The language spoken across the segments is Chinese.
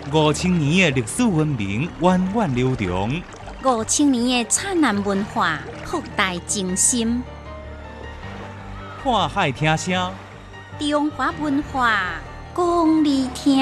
5000年的历史文明源远流长 ，5000年的灿烂文化博大精深。 看海听声， 中华文化讲你听。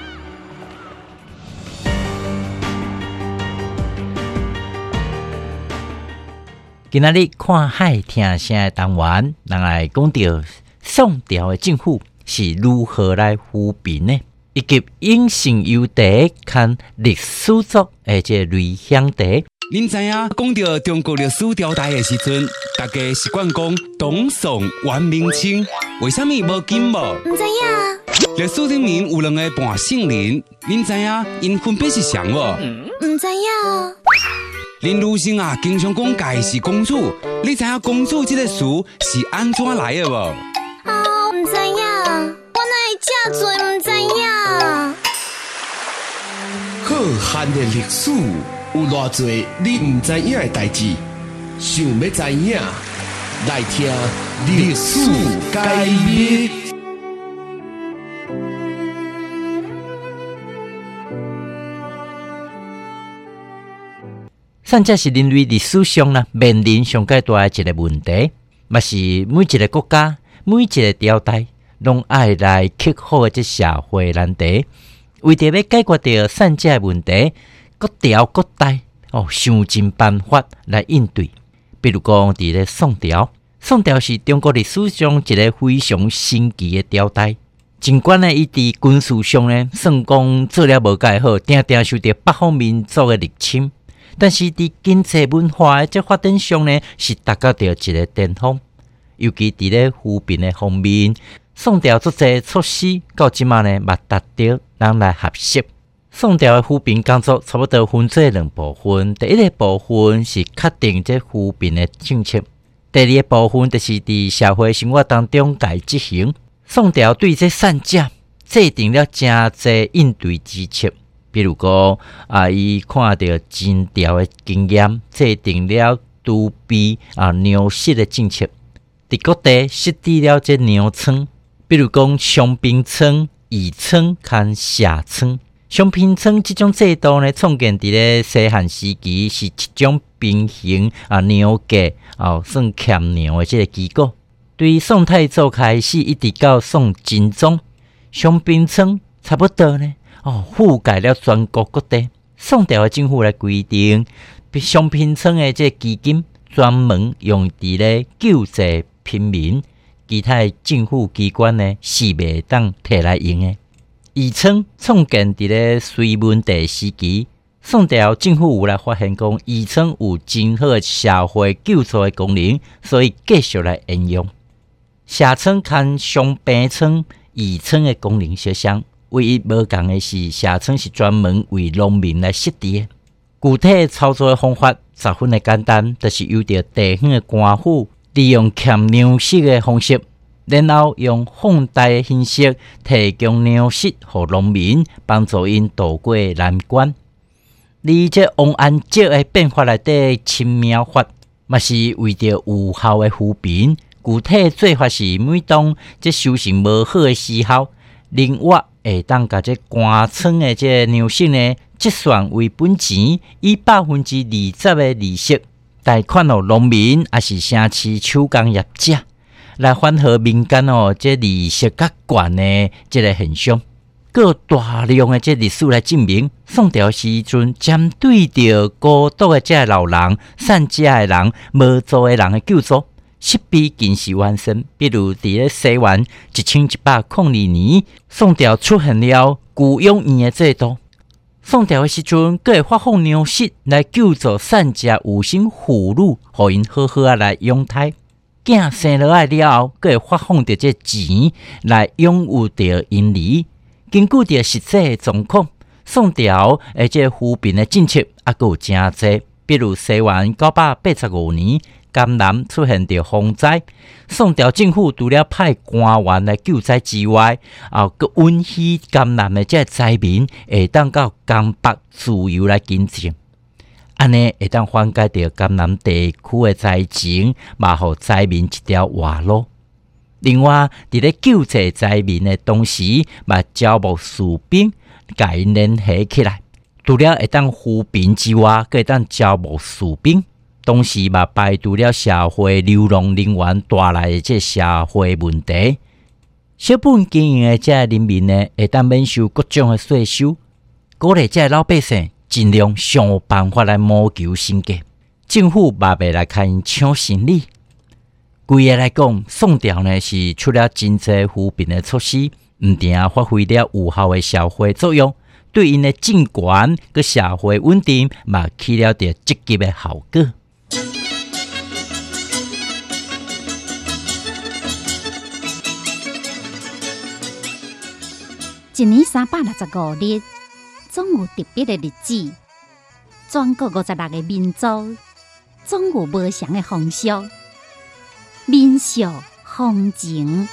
今仔日看海听声的单元，咱来讲到宋朝的政府是如何来扶贫呢？以及隐性优地看历史作的这类乡地。 您知影讲到中国历史朝代的时阵，大家习惯讲唐宋元明清，为什么无金无？ 唔知影。 历史里面有两个半圣人，您知影因分别是谁无？ 唔知影。 林如生啊，经常讲家是公主，你知影公主这个词是安怎来的无？ 唔知影，我哪会这多唔知影？ 浩瀚的历史有偌多你唔知影的代志，想要知影，来听历史解密。 产这是人类历史上面临上界大的一个问题，嘛是每一个国家、每一个朝代拢爱来克服的这社会难题。为着要解决掉产这的问题，各朝各代想尽办法来应对。比如讲，伫咧宋朝，宋朝是中国历史上一个非常神奇的朝代。尽管伊伫军事上算讲做了无介好，常常受到北方民族的入侵。但是伫经济文化的这发展上是达到着一个巅峰。尤其伫咧扶贫的方面，宋朝足侪措施到即马嘛达到人来合适。宋朝的扶贫工作差不多分做两部分，第一个部分是确定这扶贫的政策，第二个部分就是伫社会生活当中来执行。宋朝对这产者制定了真侪应对之策。比如讲伊看到秦朝的经验，制定了独臂粮食的政策，伫各地设置了这粮仓，比如讲伤兵仓、义仓和社仓。伤兵仓这种制度创建伫咧西汉时期，是一种平衡粮价算欠粮的这个机构。对宋太祖开始一直到宋真宗，伤兵仓差不多覆盖了全国各地。宋朝的政府来规定，伤兵仓的这基金专门用伫咧救济平民，其他的政府机关是袂当摕来用的。义仓创建伫咧隋文帝时期，宋朝政府有来发现讲，义仓有真好的社会救助的功能，所以继续来沿用。社仓和伤兵仓、义仓的功能相像。唯一无同的是，社仓是专门为农民来设置的。具体操作的方法十分的简单，就是由着地方的官府利用欠粮食的方式，然后用放贷的形式提供粮食给农民，帮助因渡过难关。而这王安石的变法内底青苗法，嘛是为着有效的扶贫。具体做法是，每当这收成无好的时候，另外会当甲这官仓的这粮食折算为本钱，以20%的利息贷款农民，也是城市手工业者，来缓和民间这利息较悬的这个现象。有大量的这历史来证明，宋朝时阵针对着孤独的这老人、产者的人、无助的人的救助，设备近似完成。比如伫咧西元1102年，宋朝出现了雇佣员的制度。宋朝的时阵，佫会发放粮食来救助产者有心妇女，互因好好来养胎。囝生落来了后，佫会发放着这钱来养育着婴儿。根据着实际的状况，宋朝的这扶贫的政策也佫有真侪。比如西元985年。江南出现着洪灾，宋朝政府除了派官员来救灾之外，佫允许江南的这灾民会当到江北自由来经营，安尼会当缓解着江南地区的灾情，嘛互灾民一条活路。另外，伫咧救济灾民的同时，嘛招募士兵， 甲因联系起来。除了会当扶贫之外，佮会当招募士兵，同时嘛排除了社会流浪人员带来的这社会问题。小本经营的这人民呢，会当免收各种的税收，鼓励这老百姓尽量想办法来谋求生计。政府嘛袂来开因抢生理。规个来讲，宋朝呢是出了真济扶贫的措施，毋定发挥了有效的社会作用，对因的政权佮社会稳定嘛起了着积极的效果。 一年365日，总有特别的日子。全国56个民族，总有无同的风俗、民俗、风情。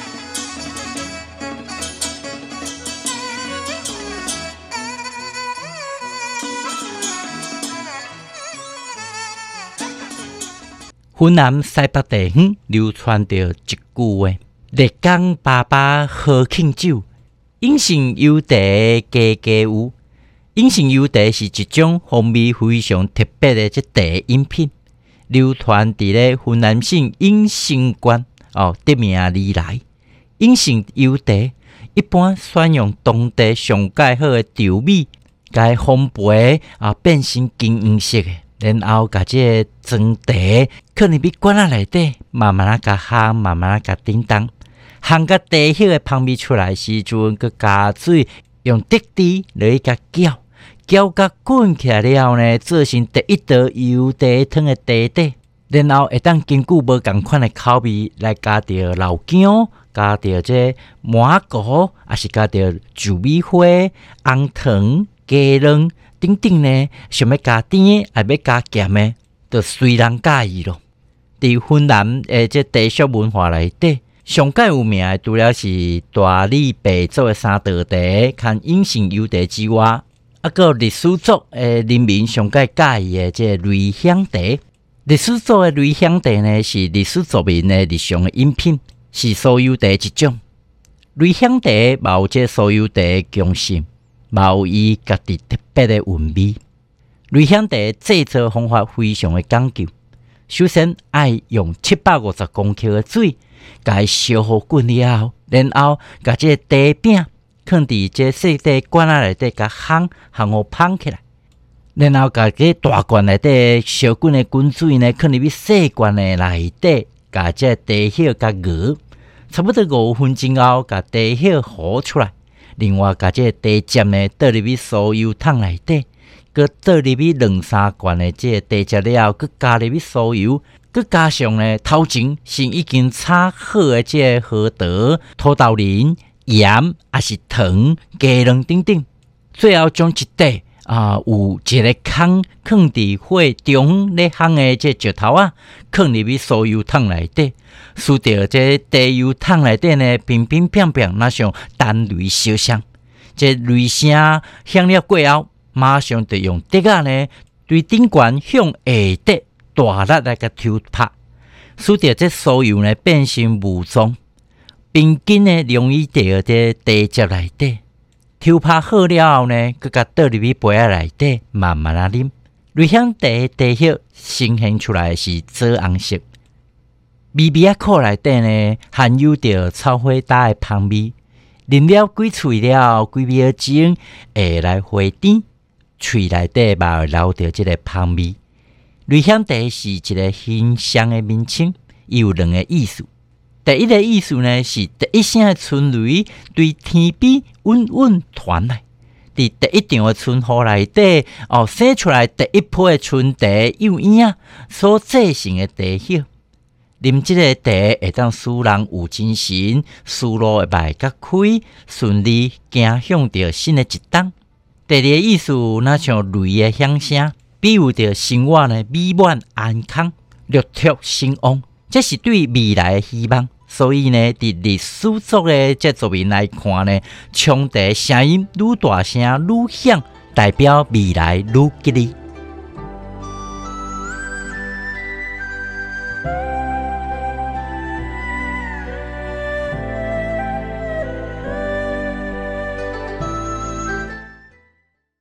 云南西北地方流传着一句话：日讲爸爸好庆酒。饮性油茶家家有，饮性油茶是一种风味非常特别的这茶饮品，流传伫咧云南省饮性县得名而来。饮性油茶一般选用当地上介好的稻米，甲烘焙变成金黄色的，然后甲这装茶放入去罐仔内底，慢慢甲烘，慢慢甲叮当。烘甲茶叶的香味出来时阵，佮加水，用竹枝来甲搅，搅甲滚起来了后呢，做成第一道油茶汤的茶底。然后会当根据无共款的口味来加着老姜，加着这麻糊，还是加着糯米花、红糖、鸡卵等等呢。想要加甜的，还要加咸的，就随人介意咯。伫云南的这茶俗文化内底，上界有名的除了是大理白族的三道茶，和饮性油茶之外，还有历史族的人民上界介意的这瑞香茶。历史族的瑞香茶呢，是历史族民的日常的饮品，是酥油茶一种。瑞香茶嘛有这酥油茶的强性，嘛有伊家己特别的韵味。瑞香茶制作方法非常的讲究，首先爱用750公克的水。甲伊烧好滚了后，然后甲这茶饼放伫这细细罐仔内底，甲烘好芳起来。然后甲这大罐内底烧滚的滚水呢，放入去细罐的内底，甲这茶叶甲熬，差不多5分钟后，甲茶叶糊出来。另外，甲这茶汁呢倒入去酥油桶内底，佮倒入去2-3罐的这茶汁了后，佮加入去酥油。佮加上呢，头前是已经炒好的这核桃、土豆仁、盐，还是糖、鸡卵等等。最后将一块有一个空放伫火中咧烘的这石头放入去酥油桶内底，输到这茶油桶内底呢，乒乒乓乓，那像弹雷烧声。这雷声响了过后，马上就用竹仔呢，对顶悬向下底。大力来甲抽拍，使得这酥油呢变成雾状，并紧呢溶于到这茶汁内底。抽拍好了后呢，佮甲倒入去杯仔内底，慢慢啉。瑞香茶茶叶呈现出来是紫红色，微微口内底呢含有着草花打的香味。啉了几喙了，几秒钟会来回甜，喙内底嘛会留着这个香味。瑞香茶是一个形象的名称，伊有2个意思。第一个意思呢是第一声的春雷对天边稳稳传来，伫第一场的春雨内底生出来第一批的春茶幼婴所制成的茶叶。啉这个茶会当使人有精神，思路会迈较开，顺利行向着新的一冬。第二个意思那像雷的响声。比喻着生活呢美满安康、绿拓兴旺，这是对未来的希望。所以呢，伫历史族的这族民来看呢，冲茶声音愈大声愈响，代表未来愈吉利。